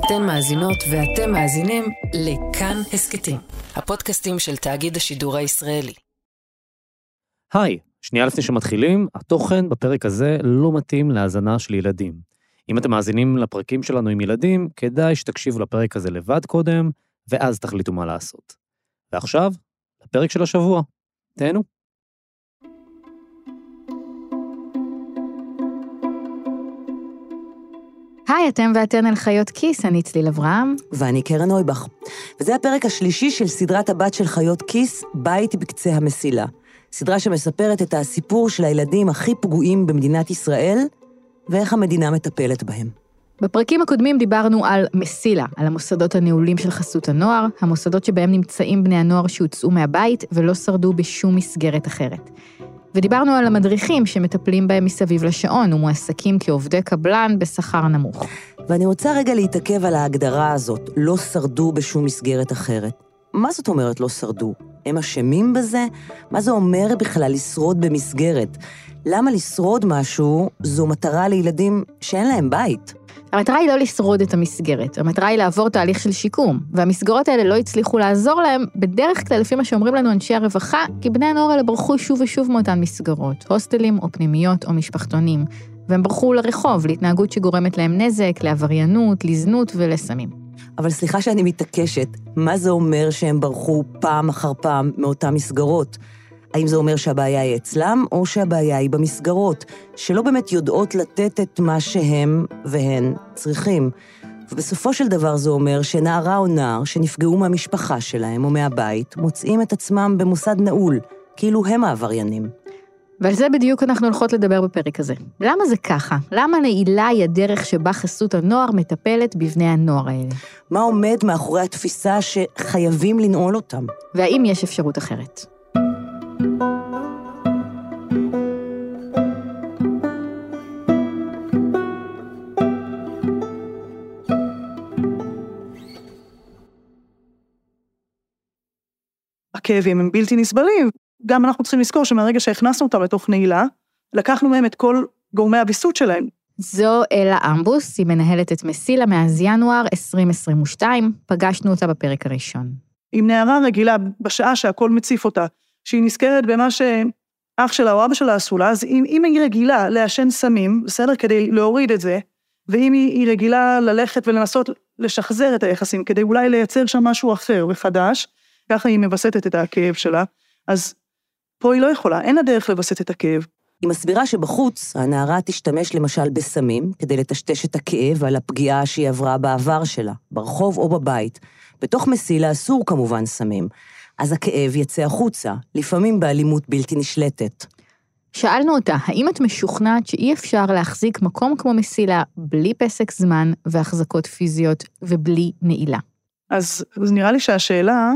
אתן מאזינות ואתם מאזינים לכאן הסקטים, הפודקאסטים של תאגיד השידור הישראלי. היי, שנייה לפני שמתחילים, התוכן בפרק הזה לא מתאים להאזנה של ילדים. אם אתם מאזינים לפרקים שלנו עם ילדים, כדאי שתקשיבו לפרק הזה לבד קודם, ואז תחליטו מה לעשות. ועכשיו, לפרק של השבוע. תהנו. היי, אתם ואתן על חיות כיס, אני צליל אברהם. ואני קרן אויבך. וזה הפרק השלישי של סדרת הבת של חיות כיס, בית בקצה המסילה. סדרה שמספרת את הסיפור של הילדים הכי פגועים במדינת ישראל, ואיך המדינה מטפלת בהם. בפרקים הקודמים דיברנו על מסילה, על המוסדות הנעולים של חסות הנוער, המוסדות שבהם נמצאים בני הנוער שהוצאו מהבית ולא שרדו בשום מסגרת אחרת. ודיברנו על המדריכים שמטפלים בהם מסביב לשעון ומועסקים כעובדי קבלן בשכר נמוך. ואני רוצה רגע להתעכב על ההגדרה הזאת, לא שרדו בשום מסגרת אחרת. מה זאת אומרת לא שרדו? הם אשמים בזה? מה זה אומר בכלל לשרוד במסגרת? למה לשרוד משהו זו מטרה לילדים שאין להם בית? המטרה היא לא לשרוד את המסגרת, המטרה היא לעבור תהליך של שיקום, והמסגרות האלה לא הצליחו לעזור להם, בדרך כלל לפי מה שאומרים לנו אנשי הרווחה, כי בני הנוער האלה ברחו שוב ושוב מאותן מסגרות, הוסטלים או פנימיות או משפחתונים, והם ברחו לרחוב, להתנהגות שגורמת להם נזק, לעבריינות, לזנות ולסמים. אבל סליחה שאני מתעקשת, מה זה אומר שהם ברחו פעם אחר פעם מאותן מסגרות? האם זה אומר שהבעיה היא אצלם, או שהבעיה היא במסגרות, שלא באמת יודעות לתת את מה שהם והן צריכים? ובסופו של דבר זה אומר שנערה או נער שנפגעו מהמשפחה שלהם או מהבית, מוצאים את עצמם במוסד נעול, כאילו הם העבריינים. ועל זה בדיוק אנחנו הולכות לדבר בפרק הזה. למה זה ככה? למה נעילה היא הדרך שבה חסות הנוער מטפלת בבני הנוער האלה? מה עומד מאחורי התפיסה שחייבים לנעול אותם? והאם יש אפשרות אחרת? הכאבים הם בלתי נסבלים. גם אנחנו צריכים לזכור שמהרגע שהכנסנו אותם לתוך נעילה, לקחנו מהם את כל גורמי הביסות שלהם. זו אלה אמבוס, היא מנהלת את מסילה מאז ינואר 2022, פגשנו אותה בפרק הראשון. עם נערה רגילה, בשעה שהכל מציף אותה, שהיא נזכרת במה שאח שלה או אבא שלה עשו לה, אז אם היא רגילה לעשן סמים, בסדר, כדי להוריד את זה, ואם היא רגילה ללכת ולנסות לשחזר את היחסים, כדי אולי לייצר שם משהו אחר וחדש, ככה היא מבסטת את הכאב שלה, אז פה היא לא יכולה, אין לה דרך לבסט את הכאב. היא מסבירה שבחוץ הנערה תשתמש למשל בסמים, כדי לטשטש את הכאב על הפגיעה שהיא עברה בעבר שלה, ברחוב או בבית. בתוך מסילה אסור כמובן סמים, אז הכאב יצא החוצה, לפעמים באלימות בלתי נשלטת. שאלנו אותה, האם את משוכנעת שאי אפשר להחזיק מקום כמו מסילה בלי פסק זמן והחזקות פיזיות ובלי נעילה? אז נראה לי שהשאלה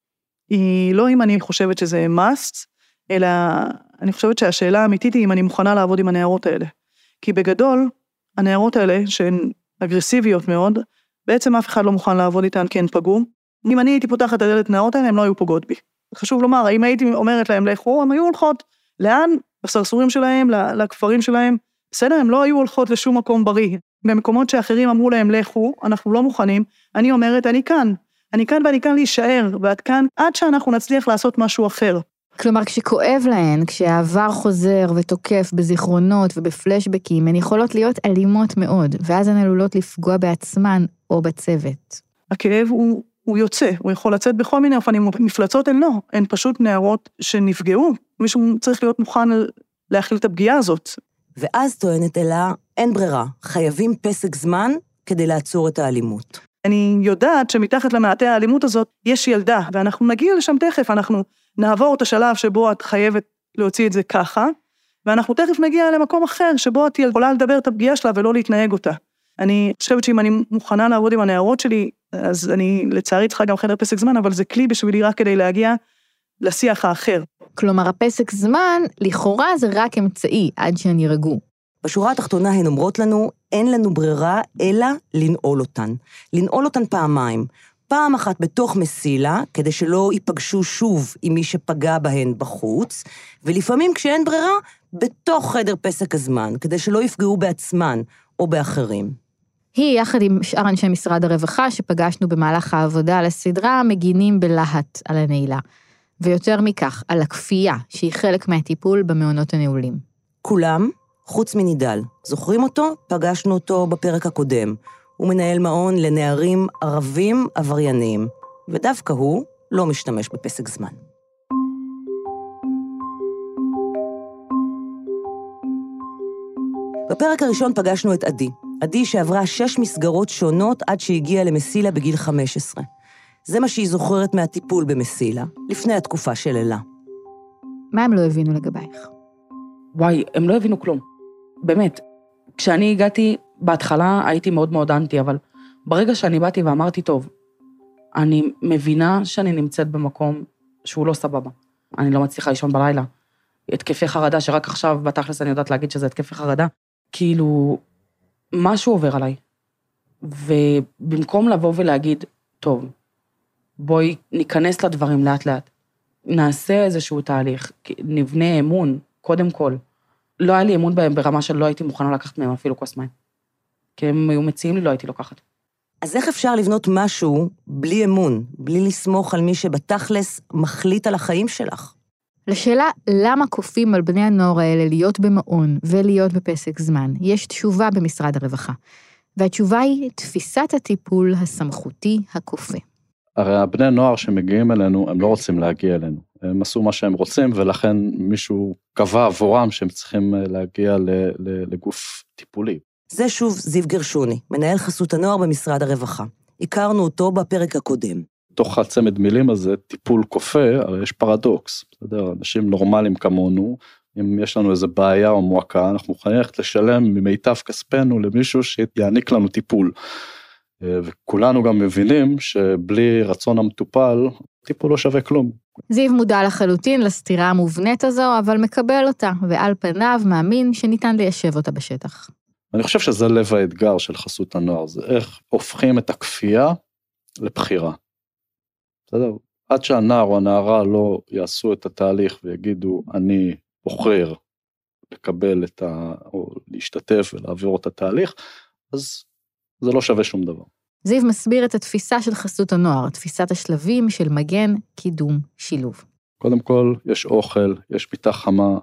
היא לא אם אני חושבת שזה must, אלא אני חושבת שהשאלה האמיתית היא אם אני מוכנה לעבוד עם הנערות האלה. כי בגדול, הנערות האלה, שהן אגרסיביות מאוד, בעצם אף אחד לא מוכן לעבוד איתן כי הן פגעו. אם אני הייתי פותחת את הדלת נערות האלה, הן לא היו פוגעות בי. חשוב לומר, אם הייתי אומרת להם לכו, הן היו הולכות לאן? לסרסורים שלהם, לכפרים שלהם. בסדר, הן לא היו הולכות לשום מקום בריא. במקומות שאחרים אמרו להם לכו, אנחנו לא מוכנים. אני אומרת, אני כאן ואני כאן להישאר, ואת כאן עד שאנחנו נצליח לעשות משהו אחר. כלומר, כשכואב להן, כשהעבר חוזר ותוקף בזיכרונות ובפלשבקים, הן יכולות להיות אלימות מאוד, ואז הן עלולות לפגוע בעצמן או בצוות. הכאב הוא יוצא, הוא יכול לצאת בכל מיני אופנים, מפלצות הן לא, הן פשוט נערות שנפגעו, מישהו צריך להיות מוכן להכיל את הפגיעה הזאת. ואז טוענת אלה, אין ברירה, חייבים פסק זמן כדי לעצור את האלימות. אני יודעת שמתחת למעטה האלימות הזאת יש ילדה, ואנחנו נגיע לשם תכף, אנחנו נעבור את השלב שבו את חייבת להוציא את זה ככה, ואנחנו תכף נגיע למקום אחר, שבו את יכולה לדבר את הפגיעה שלה ולא להתנהג אותה. אני חושבת שאם אני מוכנה לעבוד עם הנערות שלי, אז אני לצערי צריכה גם חדר פסק זמן, אבל זה כלי בשבילי רק כדי להגיע לשיח האחר. כלומר, הפסק זמן, לכאורה זה רק אמצעי עד שהן ירגעו. בשורה התחתונה הן אומרות לנו, אין לנו ברירה אלא לנעול אותן. לנעול אותן פעמיים. פעם אחת בתוך מסילה, כדי שלא ייפגשו שוב עם מי שפגע בהן בחוץ, ולפעמים כשאין ברירה, בתוך חדר פסק הזמן, כדי שלא יפגעו בעצמן או באחרים. היא, יחד עם שאר אנשי משרד הרווחה, שפגשנו במהלך העבודה על הסדרה, מגינים בלהט על הנעילה. ויותר מכך, על הכפייה, שהיא חלק מהטיפול במעונות הנעולים. כולם, חוץ מנידל. זוכרים אותו? פגשנו אותו בפרק הקודם. הוא מנהל מעון לנערים ערבים עברייניים, ודווקא הוא לא משתמש בפסק זמן. בפרק הראשון פגשנו את עדי. עדי שעברה 6 מסגרות שונות עד שהגיעה למסילה בגיל 15. זה מה שהיא זוכרת מהטיפול במסילה, לפני התקופה של אלה. מה הם לא הבינו לגבייך? וואי, הם לא הבינו כלום. באמת. כשאני הגעתי, בהתחלה הייתי מאוד מאוד אנטי, אבל ברגע שאני באתי ואמרתי, טוב, אני מבינה שאני נמצאת במקום שהוא לא סבבה. אני לא מצליחה לישון בלילה. התקפי חרדה, שרק עכשיו בתכלס אני יודעת להגיד שזה התקפי חרדה. כאילו, משהו עובר עליי. ובמקום לבוא ולהגיד, טוב, בואי ניכנס לדברים לאט לאט. נעשה איזשהו תהליך, נבנה אמון, קודם כל. לא היה לי אמון בהם ברמה שלא הייתי מוכנה לקחת מהם אפילו כוס מים. כי הם היו מציעים לי, לא הייתי לוקחת. אז איך אפשר לבנות משהו בלי אמון, בלי לסמוך על מי שבתכלס מחליט על החיים שלך? לשאלה למה כופים על בני הנוער האלה להיות במעון ולהיות בפסק זמן, יש תשובה במשרד הרווחה. והתשובה היא תפיסת הטיפול הסמכותי הכופה. הרי הבני נוער שמגיעים אלינו, הם לא רוצים להגיע אלינו. הם עשו מה שהם רוצים, ולכן מישהו קבע עבורם שהם צריכים להגיע לגוף טיפולי. זה שוב זיו גרשוני, מנהל חסות הנוער במשרד הרווחה. הכרנו אותו בפרק הקודם. תוך הצמד מילים הזה, טיפול כופה, הרי יש פרדוקס. בסדר? אנשים נורמליים כמונו, אם יש לנו איזו בעיה או מועקה, אנחנו מוכנים ללכת לשלם ממיטב כספנו למישהו שיעניק לנו טיפול. וכולנו גם מבינים שבלי רצון המטופל, טיפול לא שווה כלום. זיו מודע לחלוטין לסתירה המובנית הזו, אבל מקבל אותה, ועל פניו מאמין שניתן ליישב אותה בשטח. אני חושב שזה לב האתגר של חסות הנוער, זה איך הופכים את הכפייה לבחירה. בסדר? עד שהנער או הנערה לא יעשו את התהליך ויגידו, אני בוחר לקבל או להשתתף ולעבור את התהליך, אז זה לא שווה שום דבר. זיו מסביר את התפיסה של חסות הנוער, תפיסת השלבים של מגן, קידום, שילוב. קודם כל, יש אוכל, יש מיטה חמה,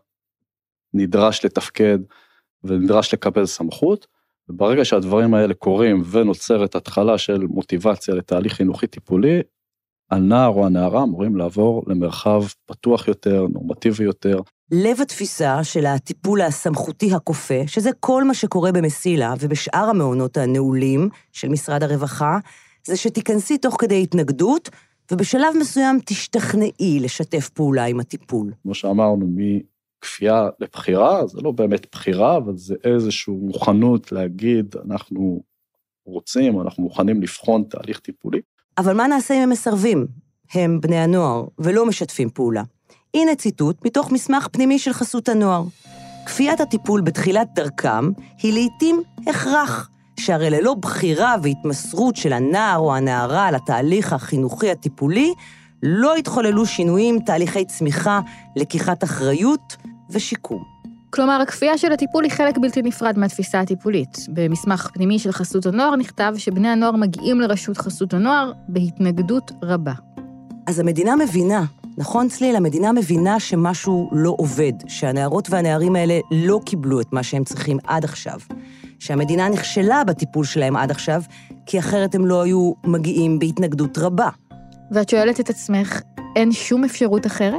נדרש לתפקד ונדרש לקבל סמכות, וברגע שהדברים האלה קורים ונוצרת התחלה של מוטיבציה לתהליך חינוכי טיפולי, הנער או הנערה אמורים לעבור למרחב פתוח יותר, נורמטיבי יותר. לב התפיסה של הטיפול הסמכותי הכופה, שזה כל מה שקורה במסילה ובשאר המעונות הנעולים של משרד הרווחה, זה שתיכנסי תוך כדי התנגדות, ובשלב מסוים תשתכנעי לשתף פעולה עם הטיפול. כמו שאמרנו, מכפייה לבחירה, זה לא באמת בחירה, אבל זה איזושהי מוכנות להגיד, אנחנו רוצים, אנחנו מוכנים לבחון תהליך טיפולי. אבל מה נעשה אם הם מסרבים? הם בני הנוער ולא משתפים פעולה. הנה ציטוט מתוך מסמך פנימי של חסות הנוער. כפיית הטיפול בתחילת דרכם היא לעתים הכרח, שהרי ללא בחירה והתמסרות של הנער או הנערה לתהליך החינוכי הטיפולי, לא התחוללו שינויים, תהליכי צמיחה, לקיחת אחריות ושיקום. כלומר, הכפייה של הטיפול היא חלק בלתי נפרד מהתפיסה הטיפולית. במסמך פנימי של חסות הנוער נכתב שבני הנוער מגיעים לרשות חסות הנוער בהתנגדות רבה. אז המדינה מבינה, נכון צליל? המדינה מבינה שמשהו לא עובד, שהנערות והנערים האלה לא קיבלו את מה שהם צריכים עד עכשיו, שהמדינה נכשלה בטיפול שלהם עד עכשיו, כי אחרת הם לא היו מגיעים בהתנגדות רבה. ואת שואלת את עצמך, אין שום אפשרות אחרת?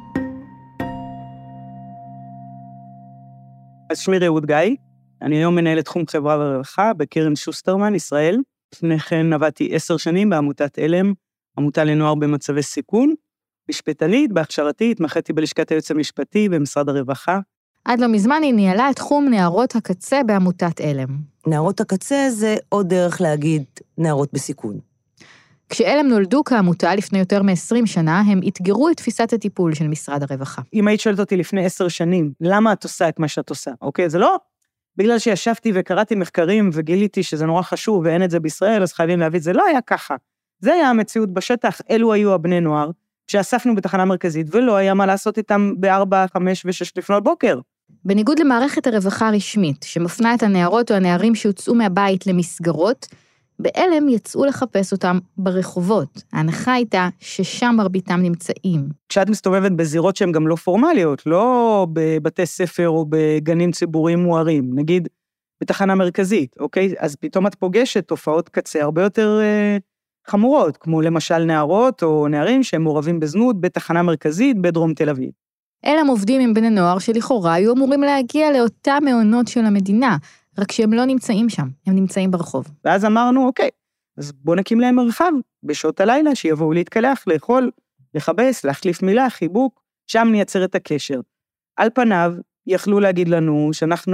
אז שמי רעות גיא, אני היום מנהלת תחום חברה ורווחה בקרן שוסטרמן, ישראל. לפני כן עבדתי 10 שנים בעמותת אלם, עמותה לנוער במצבי סיכון, משפטנית, בהכשרתי, התמחיתי בלשכת היועץ המשפטי במשרד הרווחה. עד לא מזמן היא ניהלה את תחום נערות הקצה בעמותת אלם. נערות הקצה זה עוד דרך להגיד נערות בסיכון. כשאלם נולדו כעמותה לפני יותר מ-20 שנה, הם התגרו את תפיסת הטיפול של משרד הרווחה. אם היית שואלת אותי לפני 10 שנים, למה את עושה את מה שאת עושה? אוקיי, זה לא בגלל שישבתי וקראתי מחקרים וגיליתי שזה נורא חשוב ואין את זה בישראל, אז חייבים להביא, זה לא היה ככה. זה היה המציאות בשטח, אלו היו הבני נוער, שאספנו בתחנה מרכזית, ולא היה מה לעשות איתם ב-4, 5 ו-6 לפנות בוקר. בניגוד למערכת הרווחה הרשמית, שמפנה את הנערות או הנערים שהוצאו מהבית למסגרות, בעלם יצאו לחפש אותם ברחובות. ההנחה הייתה ששם מרביתם נמצאים. כשאת מסתובבת בזירות שהן גם לא פורמליות, לא בבתי ספר או בגנים ציבוריים מוארים, נגיד בתחנה מרכזית, אוקיי? אז פתאום את פוגשת תופעות קצה הרבה יותר חמורות, כמו למשל נערות או נערים שהם מעורבים בזנות בתחנה מרכזית בדרום תל אביב. אלם עובדים עם בני נוער שלכאורה היו אמורים להגיע לאותה מעונות של המדינה, רק שהם לא נמצאים שם, הם נמצאים ברחוב. ואז אמרנו, אוקיי, אז בוא נקים להם מרחב בשעות הלילה, שיבואו להתקלח, לאכול, לחבס, להחליף מילה, חיבוק, שם נייצר את הקשר. על פניו, יכלו להגיד לנו שאנחנו,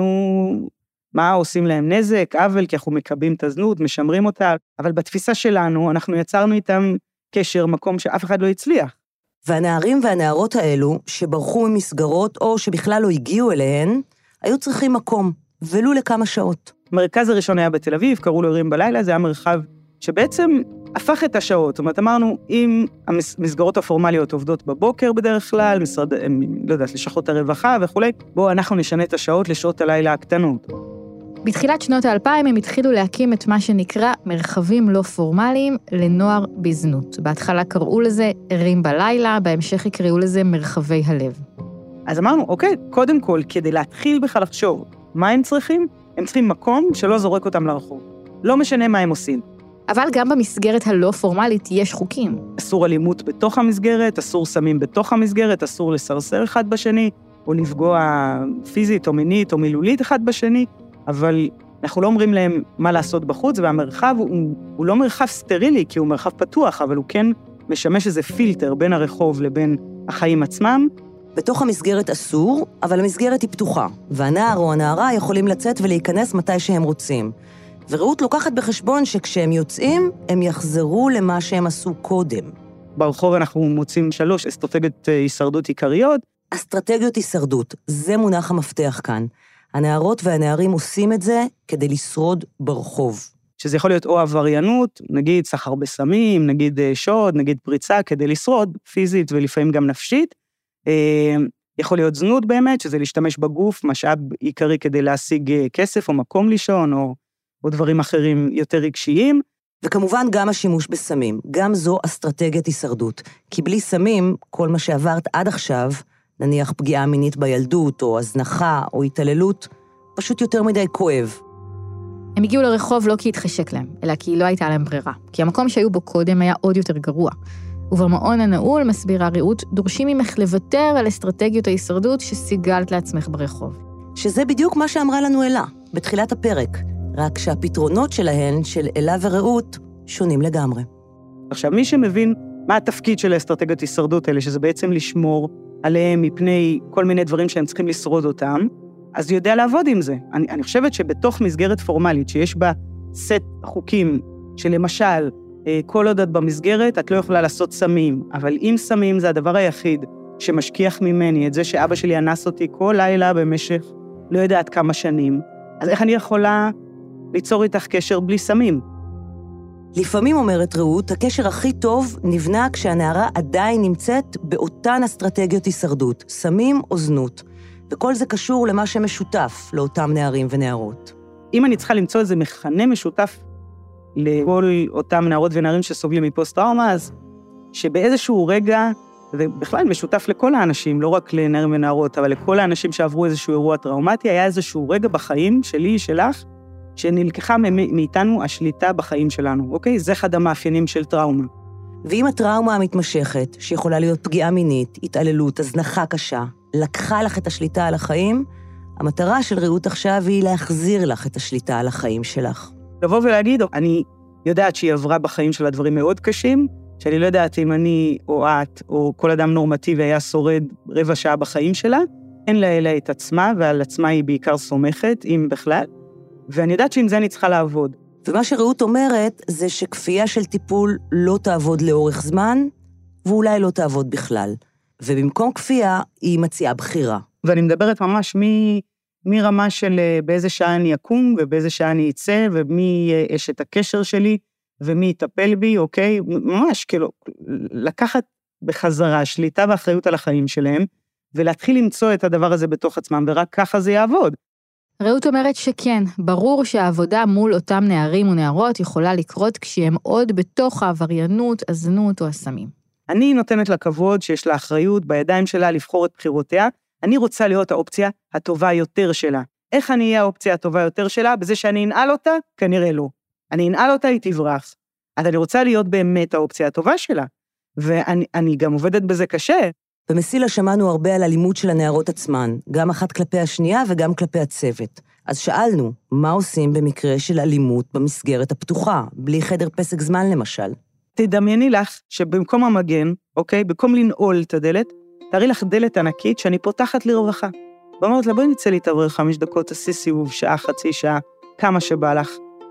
מה, עושים להם נזק, עוול, כי אנחנו מקבים את הזנות, משמרים אותה, אבל בתפיסה שלנו, אנחנו יצרנו איתם קשר, מקום שאף אחד לא הצליח. והנערים והנערות האלו, שברחו ממסגרות או שבכלל לא הגיעו אליהן, היו צריכים מקום, ולו לכמה שעות. המרכז הראשון היה בתל אביב, קראו לו ערים בלילה, זה היה מרחב שבעצם הפך את השעות. זאת אומרת, אמרנו, אם המסגרות הפורמליות עובדות בבוקר בדרך כלל, לא יודעת, לשכות הרווחה וכולי, בואו אנחנו נשנה את השעות לשעות הלילה הקטנות. בתחילת שנות ה-2000 הם התחילו להקים את מה שנקרא מרחבים לא פורמליים לנוער בזנות. בהתחלה קראו לזה ערים בלילה, בהמשך יקראו לזה מרחבי הלב. אז אמרנו, אוקיי, קודם כל, כדי להתחיל בכלל לחשוב, מה הם צריכים? הם צריכים מקום שלא זורק אותם לרחוב. לא משנה מה הם עושים. אבל גם במסגרת הלא פורמלית יש חוקים. אסור אלימות בתוך המסגרת, אסור סמים בתוך המסגרת, אסור לסרסר אחד בשני, או לפגוע פיזית או מינית או מילולית אחד בשני, אבל אנחנו לא אומרים להם מה לעשות בחוץ, והמרחב הוא לא מרחב סטרילי, כי הוא מרחב פתוח, אבל הוא כן משמש איזה פילטר בין הרחוב לבין החיים עצמם. בתוך המסגרת אסור, אבל המסגרת היא פתוחה, והנער או הנערה יכולים לצאת ולהיכנס מתי שהם רוצים. ורעות לוקחת בחשבון שכשהם יוצאים, הם יחזרו למה שהם עשו קודם. ברחוב אנחנו מוצאים 3 אסטרטגיות הישרדות עיקריות. אסטרטגיות הישרדות, זה מונח המפתח כאן. הנערות והנערים עושים את זה כדי לשרוד ברחוב. שזה יכול להיות או עבריינות, נגיד סחר בסמים, נגיד שוד, נגיד פריצה, כדי לשרוד פיזית ולפעמים גם נפשית. יכול להיות זנות באמת, שזה להשתמש בגוף, משאב עיקרי כדי להשיג כסף או מקום לישון, או דברים אחרים יותר רגשיים. וכמובן גם השימוש בסמים, גם זו אסטרטגיית הישרדות. כי בלי סמים, כל מה שעברת עד עכשיו, נניח פגיעה מינית בילדות, או הזנחה, או התעללות, פשוט יותר מדי כואב. הם הגיעו לרחוב לא כי התחשק להם, אלא כי לא הייתה להם ברירה. כי המקום שהיו בו קודם היה עוד יותר גרוע. ובמעון הנעול, מסבירה רעות, דורשים ממך לוותר על אסטרטגיות ההישרדות שסיגלת לעצמך ברחוב. שזה בדיוק מה שאמרה לנו אלה, בתחילת הפרק, רק שהפתרונות שלהן, של אלה ורעות, שונים לגמרי. עכשיו, מי שמבין מה התפקיד של האסטרטגיות הישרדות האלה, שזה בעצם לשמור עליהם מפני כל מיני דברים שהם צריכים לשרוד אותם, אז הוא יודע לעבוד עם זה. אני חושבת שבתוך מסגרת פורמלית, שיש בה סט חוקים, שלמשל, כל עוד את במסגרת, את לא יכולה לעשות סמים, אבל אם סמים זה הדבר היחיד שמשכיח ממני, את זה שאבא שלי אנס אותי כל לילה במשך לא יודעת כמה שנים, אז איך אני יכולה ליצור איתך קשר בלי סמים? לפעמים, אומרת רעות, הקשר הכי טוב נבנה כשהנערה עדיין נמצאת באותן אסטרטגיות הישרדות, סמים או זנות, וכל זה קשור למה שמשותף לאותם נערים ונערות. אם אני צריכה למצוא איזה מכנה משותף לכל אותם נערות ונערים שסובלים מפוסט-טראומה, אז שבאיזשהו רגע, ובכלל משותף לכל האנשים, לא רק לנערים ונערות, אבל לכל האנשים שעברו איזשהו אירוע טראומטי, היה איזשהו רגע בחיים שלי, שלך, שנלקחה מאיתנו השליטה בחיים שלנו, אוקיי? זה אחד המאפיינים של טראומה. ואם הטראומה המתמשכת, שיכולה להיות פגיעה מינית, התעללות, הזנחה קשה, לקחה לך את השליטה על החיים, המטרה של רעות עכשיו היא להחזיר לך את השליטה על החיים שלך. לבוא ולהגיד, אני יודעת שהיא עברה בחיים שלה דברים מאוד קשים, שאני לא יודעת אם אני או את או כל אדם נורמטיבי היה שורד רבע שעה בחיים שלה, אין לה אלא את עצמה, ועל עצמה היא בעיקר סומכת, אם בכלל, ואני יודעת שעם זה אני צריכה לעבוד. ומה שרעות אומרת זה שכפייה של טיפול לא תעבוד לאורך זמן, ואולי לא תעבוד בכלל. ובמקום כפייה היא מציעה בחירה. ואני מדברת ממש מרמה של באיזה שעה אני אקום, ובאיזה שעה אני אצא, ומי יש את הקשר שלי, ומי יטפל בי, אוקיי? ממש, כאילו, לקחת בחזרה שליטה ואחריות על החיים שלהם, ולהתחיל למצוא את הדבר הזה בתוך עצמם, ורק ככה זה יעבוד. רעות אומרת שכן, ברור שהעבודה מול אותם נערים ונערות יכולה לקרות כשהם עוד בתוך העבריינות, הזנות או הסמים. אני נותנת לה כבוד שיש לה אחריות בידיים שלה לבחור את בחירותיה, אני רוצה להיות האופציה הטובה יותר שלה. איך אני אהיה האופציה הטובה יותר שלה? בזה שאני אנעל אותה? כנראה לא. אני אנעל אותה, היא תברח. אז אני רוצה להיות באמת האופציה הטובה שלה. ואני גם עובדת בזה קשה. במסילה שמענו הרבה על אלימות של הנערות עצמן, גם אחת כלפי השנייה וגם כלפי הצוות. אז שאלנו, מה עושים במקרה של אלימות במסגרת הפתוחה, בלי חדר פסק זמן למשל? תדמייני לך שבמקום המגן, אוקיי, במקום לנעול את הדלת, תראי לך דלת ענקית שאני פותחת לרווחה. ואומרת לה, בואי נצא להתעבר 5 דקות, עשי סיבוב, שעה, חצי שעה, כמה שבא לך.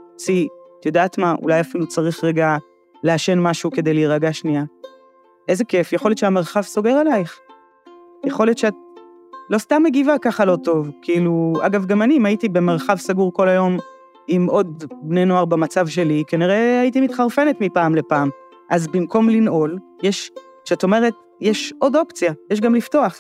את יודעת מה, אולי אפילו צריך רגע לעשן משהו כדי להירגע שנייה. איזה כיף, יכול להיות שהמרחב סוגר עלייך. יכול להיות שאת לא סתם מגיבה ככה לא טוב. כאילו, אגב, גם אני, אם הייתי במרחב סגור כל היום עם עוד בני נוער במצב שלי, כנראה הייתי מתחרפנת מפעם לפעם. אז במקום לנעול, כשאת אומרת, יש עוד אופציה, יש גם לפתוח.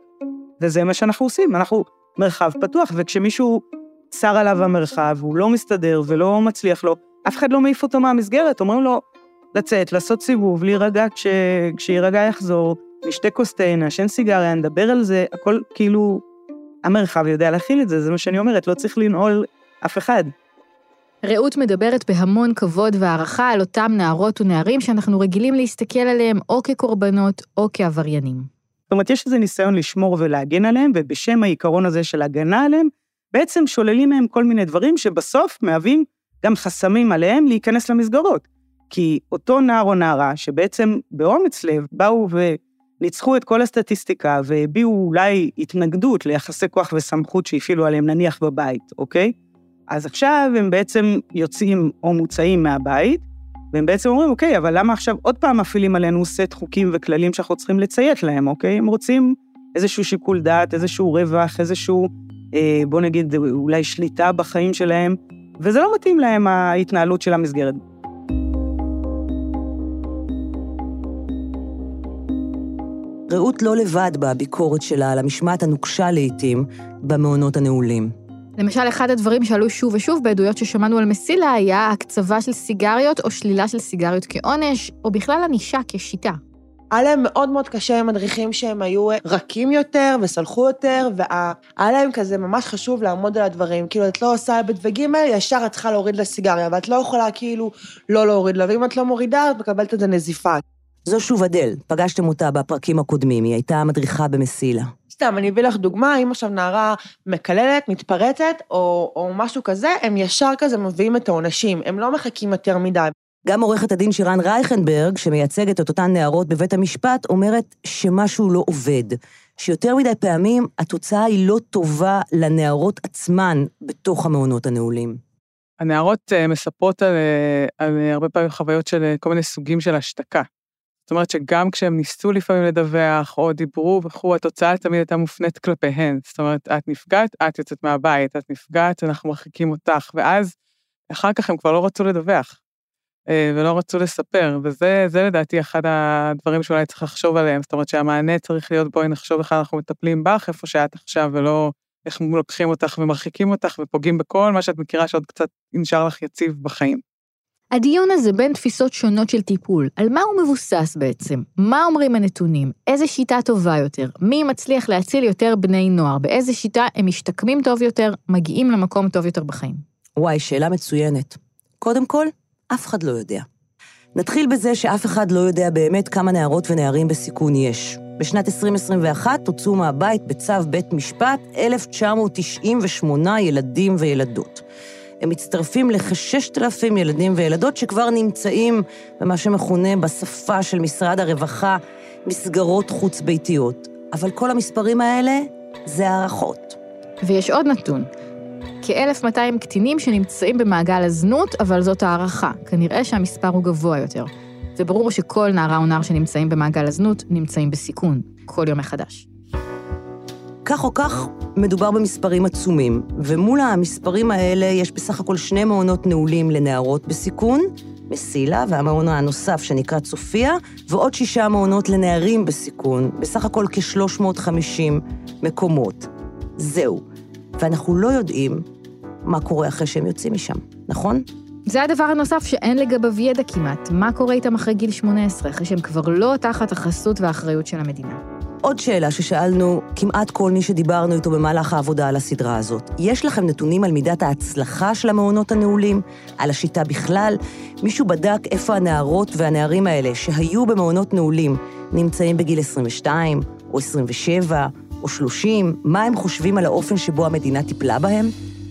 וזה מה שאנחנו עושים, אנחנו מרחב פתוח, וכשמישהו צר עליו המרחב, הוא לא מסתדר ולא מצליח לו, אף אחד לא מעיף אותו מהמסגרת, אומרים לו לצאת, לעשות סיבוב, להירגע כשירגע יחזור, נשתה קוסטיין, נעשן סיגריה, נדבר על זה, הכל כאילו, המרחב יודע להכיל את זה, זה מה שאני אומרת, לא צריך לנעול אף אחד. רעות מדברת בהמון כבוד והערכה על אותם נערות ונערים שאנחנו רגילים להסתכל עליהם או כקורבנות או כעבריינים. זאת אומרת, יש איזה ניסיון לשמור ולהגן עליהם, ובשם העיקרון הזה של הגנה עליהם, בעצם שוללים מהם כל מיני דברים שבסוף מהווים גם חסמים עליהם להיכנס למסגרות. כי אותו נער או נערה שבעצם באומץ לב באו וניצחו את כל הסטטיסטיקה והביאו אולי התנגדות ליחסי כוח וסמכות שהפעילו עליהם נניח בבית, אוקיי? אז עכשיו הם בעצם יוצאים או מוצאים מהבית, והם בעצם אומרים, אוקיי, אבל למה עכשיו עוד פעם מפעילים עלינו סט חוקים וכללים שאנחנו צריכים לציית להם, אוקיי? הם רוצים איזשהו שיקול דעת, איזשהו רווח, איזשהו, בוא נגיד, אולי שליטה בחיים שלהם, וזה לא מתאים להם ההתנהלות של המסגרת. רעות לא לבד בביקורת שלה על המשמעת הנוקשה לעתים במעונות הנעולים. למשל, אחד הדברים שעלו שוב ושוב בעדויות ששמענו על מסילה היה הקצבה של סיגריות או שלילה של סיגריות כעונש, או בכלל ענישה כשיטה. היה להם מאוד מאוד קשה עם מדריכים שהם היו רכים יותר וסלחו יותר, והיה להם כזה ממש חשוב לעמוד על הדברים. כאילו, את לא עושה ב' וג', ישר את צריכה להוריד לסיגריה, ואת לא יכולה כאילו לא להוריד לה, ואם את לא מורידה, את מקבלת את זה נזיפה. זו שוב אדל, פגשתם אותה בפרקים הקודמים, היא הייתה מדריכה במסילה. סתם, אני אביא לך דוגמה, אם עכשיו נערה מקללת, מתפרצת, או משהו כזה, הם ישר כזה מביאים את העונשים, הם לא מחכים יותר מדי. גם עורכת הדין שירן רייכנברג, שמייצגת את אותן נערות בבית המשפט, אומרת שמשהו לא עובד, שיותר מדי פעמים התוצאה היא לא טובה לנערות עצמן בתוך המעונות הנעולים. הנערות מספרות על הרבה פעמים חוויות של כל מיני סוגים של השתקה. זאת אומרת שגם כשהם ניסו לפעמים לדווח או דיברו וכו', התוצאה תמיד הייתה מופנית כלפיהן. זאת אומרת, את נפגעת, את יוצאת מהבית, את נפגעת, אנחנו מרחיקים אותך, ואז אחר כך הם כבר לא רצו לדווח, ולא רצו לספר, וזה לדעתי אחד הדברים שאולי צריך לחשוב עליהם, זאת אומרת שהמענה צריך להיות בואי נחשוב איך אנחנו מטפלים בך, איפה שאת עכשיו, ולא איך לוקחים אותך ומרחיקים אותך ופוגעים בכל מה שאת מכירה שעוד קצת נשאר לך יציב בחיים. הדיון הזה בין תפיסות שונות של טיפול, על מה הוא מבוסס בעצם? מה אומרים הנתונים? איזה שיטה טובה יותר? מי מצליח להציל יותר בני נוער? באיזה שיטה הם משתקמים טוב יותר, מגיעים למקום טוב יותר בחיים? וואי, שאלה מצוינת. קודם כל, אף אחד לא יודע. נתחיל בזה שאף אחד לא יודע באמת כמה נערות ונערים בסיכון יש. בשנת 2021 הוצאו מהבית בצו בית משפט 1998 ילדים וילדות. הם מצטרפים לכ-6,000 ילדים וילדות שכבר נמצאים במה שמכונה בשפה של משרד הרווחה, מסגרות חוץ-ביתיות. אבל כל המספרים האלה זה הערכות. ויש עוד נתון. כ-1,200 קטינים שנמצאים במעגל הזנות, אבל זאת הערכה. כנראה שהמספר הוא גבוה יותר. זה ברור שכל נערה או נער שנמצאים במעגל הזנות נמצאים בסיכון, כל יום מחדש. כך או כך מדובר במספרים עצומים, ומול המספרים האלה יש בסך הכל 2 מעונות נעולים לנערות בסיכון, מסילה, והמעון הנוסף שנקרא צופיה, ועוד 6 מעונות לנערים בסיכון, בסך הכל כ-350 מקומות. זהו. ואנחנו לא יודעים מה קורה אחרי שהם יוצאים משם, נכון? זה הדבר הנוסף שאין לגביו ידע כמעט. מה קורה איתם אחרי גיל 18, אחרי שהם כבר לא תחת החסות והאחריות של המדינה? עוד שאלה ששאלנו כמעט כל מי שדיברנו איתו במהלך העבודה על הסדרה הזאת. יש לכם נתונים על מידת ההצלחה של המעונות הנעולים? על השיטה בכלל? מישהו בדק איפה הנערות והנערים האלה שהיו במעונות נעולים נמצאים בגיל 22, או 27, או 30? מה הם חושבים על האופן שבו המדינה טיפלה בהם?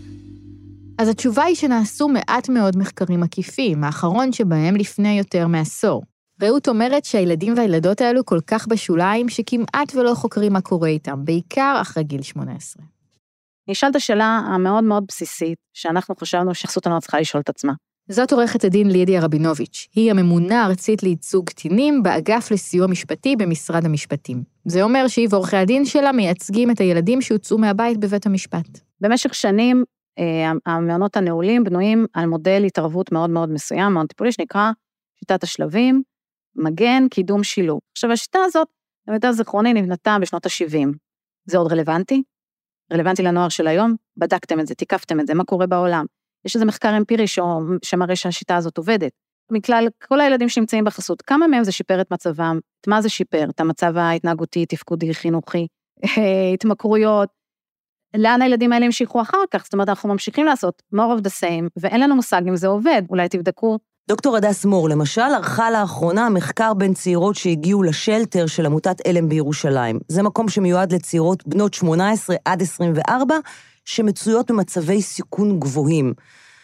אז התשובה היא שנעשו מעט מאוד מחקרים מקיפים, האחרון שבהם לפני יותר מעשור. רעות אומרת שהילדים והילדות האלו כל כך בשוליים שכמעט ולא חוקרים מה קורה איתם, בעיקר אחרי גיל 18. נשאל את השאלה המאוד מאוד בסיסית, שאנחנו חשבנו שחסות הנוער צריכה לשאול את עצמה. זאת עורכת הדין לידיה רבינוביץ'. היא הממונה הארצית לייצוג קטינים באגף לסיוע משפטי במשרד המשפטים. זה אומר שהיא ועורכי הדין שלה מייצגים את הילדים שהוצאו מהבית בבית המשפט. במשך שנים, המעונות הנעולים בנויים על מודל התערבות מאוד מאוד מסוים, מאוד טיפולי, שנקרא שיטת השלבים, מגן, קידום, שילוב. עכשיו, השיטה הזאת, למיטב זיכרוני, נבנתה בשנות ה-70. זה עוד רלוונטי? רלוונטי לנוער של היום? בדקתם את זה, תיקפתם את זה, מה קורה בעולם? יש איזה מחקר אמפירי שמראה שהשיטה הזאת עובדת. מכלל, כל הילדים שנמצאים בחסות, כמה מהם זה שיפר את מצבם? את מה זה שיפר? את המצב ההתנהגותי, תפקודי, חינוכי, התמכרויות, לאן הילדים האלה המשיכו אחר כך? זאת אומרת, אנחנו ממשיכים לעשות more of the same, ואין לנו מושג אם זה עובד, אולי תבדקו. דוקטור הדס מור, למשל, ערכה לאחרונה מחקר בין צעירות שהגיעו לשלטר של עמותת אלם בירושלים. זה מקום שמיועד לצעירות בנות 18 עד 24, שמצויות במצבי סיכון גבוהים.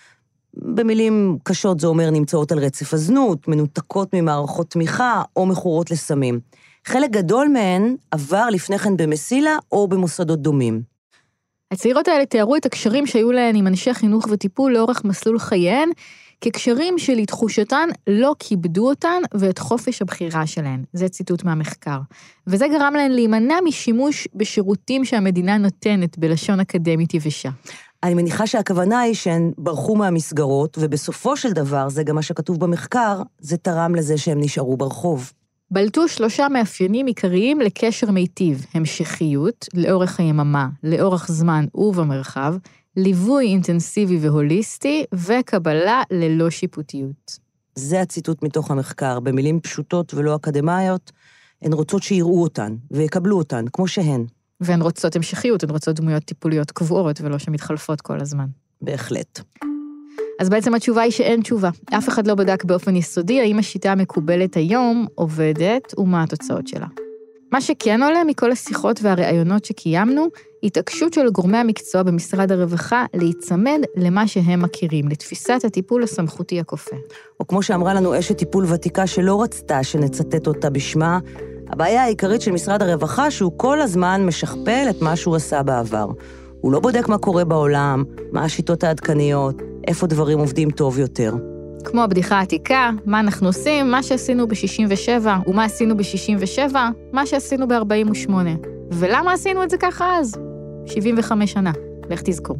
במילים קשות זה אומר נמצאות על רצף הזנות, מנותקות ממערכות תמיכה או מכורות לסמים. חלק גדול מהן עבר לפני כן במסילה או במוסדות דומים. הצעירות האלה תיארו את הקשרים שהיו להן עם אנשי חינוך וטיפול לאורך מסלול חייהן, כקשרים שלתחושתן לא כיבדו אותן ואת חופש הבחירה שלהן. זה ציטוט מהמחקר. וזה גרם להן להימנע משימוש בשירותים שהמדינה נותנת בלשון אקדמית יבשה. אני מניחה שהכוונה היא שהן ברחו מהמסגרות, ובסופו של דבר, זה גם מה שכתוב במחקר, זה תרם לזה שהם נשארו ברחוב. בלטו 3 מאפיינים עיקריים לקשר מיטיב, המשכיות, לאורך היממה, לאורך זמן ובמרחב, ליווי אינטנסיבי והוליסטי, וקבלה ללא שיפוטיות. זה הציטוט מתוך המחקר, במילים פשוטות ולא אקדמיות, הן רוצות שיראו אותן, ויקבלו אותן, כמו שהן. והן רוצות המשכיות, הן רוצות דמויות טיפוליות קבועות, ולא שמתחלפות כל הזמן. בהחלט. אז בעצם התשובה היא שאין תשובה. אף אחד לא בדק באופן יסודי, האם השיטה המקובלת היום עובדת, ומה התוצאות שלה. מה שכן עולה מכל השיחות והראיונות שקיימנו, התעקשות של גורמי המקצוע במשרד הרווחה להיצמד למה שהם מכירים, לתפיסת הטיפול הסמכותי הכופה. או כמו שאמרה לנו אשת טיפול ותיקה שלא רצתה שנצטט אותה בשמה, הבעיה העיקרית של משרד הרווחה שהוא כל הזמן משכפל את מה שהוא עשה בעבר. הוא לא בודק מה קורה בעולם, מה השיטות העדכניות, איפה דברים עובדים טוב יותר. כמו הבדיחה העתיקה, מה אנחנו עושים, מה שעשינו ב-67, ומה עשינו ב-67, מה שעשינו ב-48. ולמה עשינו את זה ככה אז? 75 שנה, לך תזכור.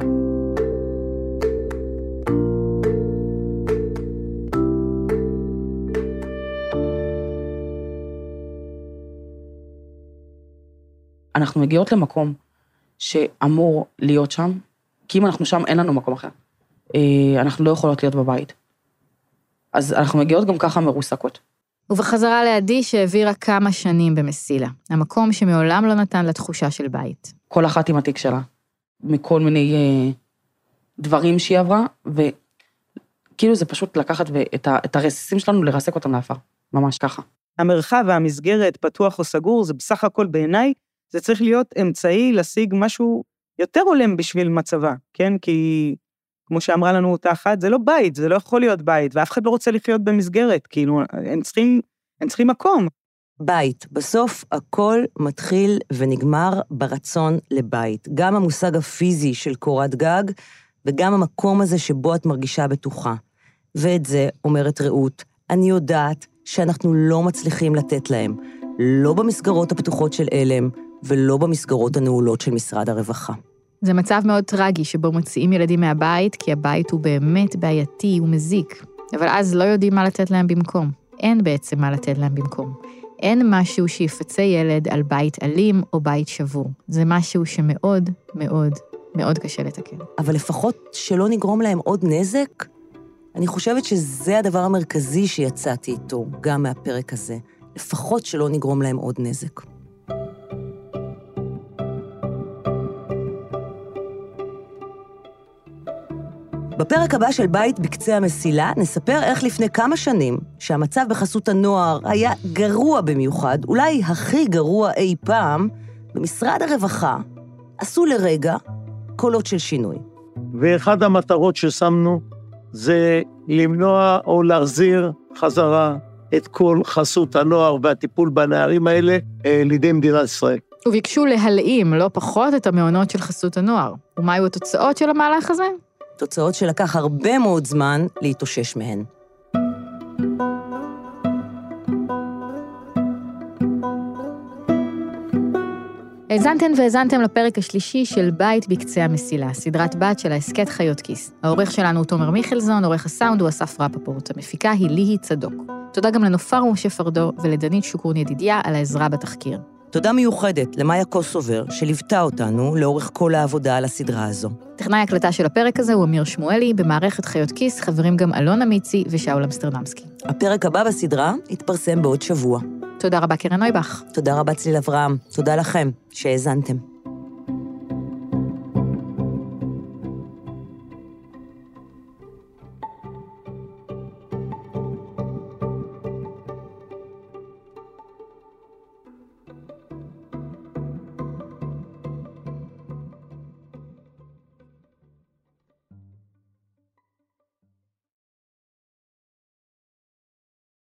אנחנו מגיעות למקום שאמור להיות שם, כי אם אנחנו שם אין לנו מקום אחר. אנחנו לא יכולות להיות בבית. אז אנחנו מגיעות גם ככה מרוסקות. ובחזרה לידי שהעבירה כמה שנים במסילה, המקום שמעולם לא נתן לתחושה של בית. כל אחת עם התיק שלה, מכל מיני דברים שהיא עברה, וכאילו זה פשוט לקחת את הרסיסים שלנו לרסק אותם לאפר, ממש ככה. המרחב והמסגרת, פתוח או סגור, זה בסך הכל בעיניי, זה צריך להיות אמצעי להשיג משהו יותר הולם בשביל מצבה, כן? כי כמו שאמרה לנו אותה אחת, זה לא בית, זה לא יכול להיות בית, ואף אחד לא רוצה לחיות במסגרת, כאילו, הם צריכים מקום. בית. בסוף הכל מתחיל ונגמר ברצון לבית. גם המושג הפיזי של קורת גג, וגם המקום הזה שבו את מרגישה בטוחה. ואת זה, אומרת רעות, אני יודעת שאנחנו לא מצליחים לתת להם, לא במסגרות הפתוחות של אלם, ולא במסגרות הנעולות של משרד הרווחה. זה מצב מאוד טרגי שבו מוציאים ילדים מהבית, כי הבית הוא באמת בעייתי, הוא מזיק. אבל אז לא יודעים מה לתת להם במקום. אין בעצם מה לתת להם במקום. אין משהו שיפצה ילד על בית אלים או בית שבור. זה משהו שמאוד מאוד מאוד קשה לתקן. אבל לפחות שלא נגרום להם עוד נזק, אני חושבת שזה הדבר המרכזי שיצאתי איתו, גם מהפרק הזה. לפחות שלא נגרום להם עוד נזק. בפרק הבא של בית בקצה המסילה נספר איך לפני כמה שנים שהמצב בחסות הנוער היה גרוע במיוחד, אולי הכי גרוע אי פעם, במשרד הרווחה עשו לרגע קולות של שינוי. ואחד המטרות ששמנו זה למנוע או להחזיר חזרה את כל חסות הנוער והטיפול בנערים האלה לידי מדינת ישראל. וביקשו להלאים לא פחות את המעונות של חסות הנוער. ומה היו התוצאות של המהלך הזה? תוצאות שלקח הרבה מאוד זמן להתאושש מהן. האזנתן והאזנתם לפרק השלישי של בית בקצה המסילה, סדרת בת של ההסכת חיות כיס. העורך שלנו הוא תומר מיכלזון, עורך הסאונד הוא אסף רפפורט, המפיקה היא ליהי צדוק. תודה גם לנופר משה פרדו ולדנית שוקרון ידידיה על העזרה בתחקיר. תודה מיוחדת למאיה קוסובר, שליוותה אותנו לאורך כל העבודה על הסדרה הזו. טכנאי הקלטה של הפרק הזה הוא אמיר שמואלי, במערכת חיות כיס חברים גם אלונה מיצי ושאול אמסטרדמסקי. הפרק הבא בסדרה יתפרסם בעוד שבוע. תודה רבה קרן נויבך. תודה רבה צליל אברהם. תודה לכם שהאזנתם.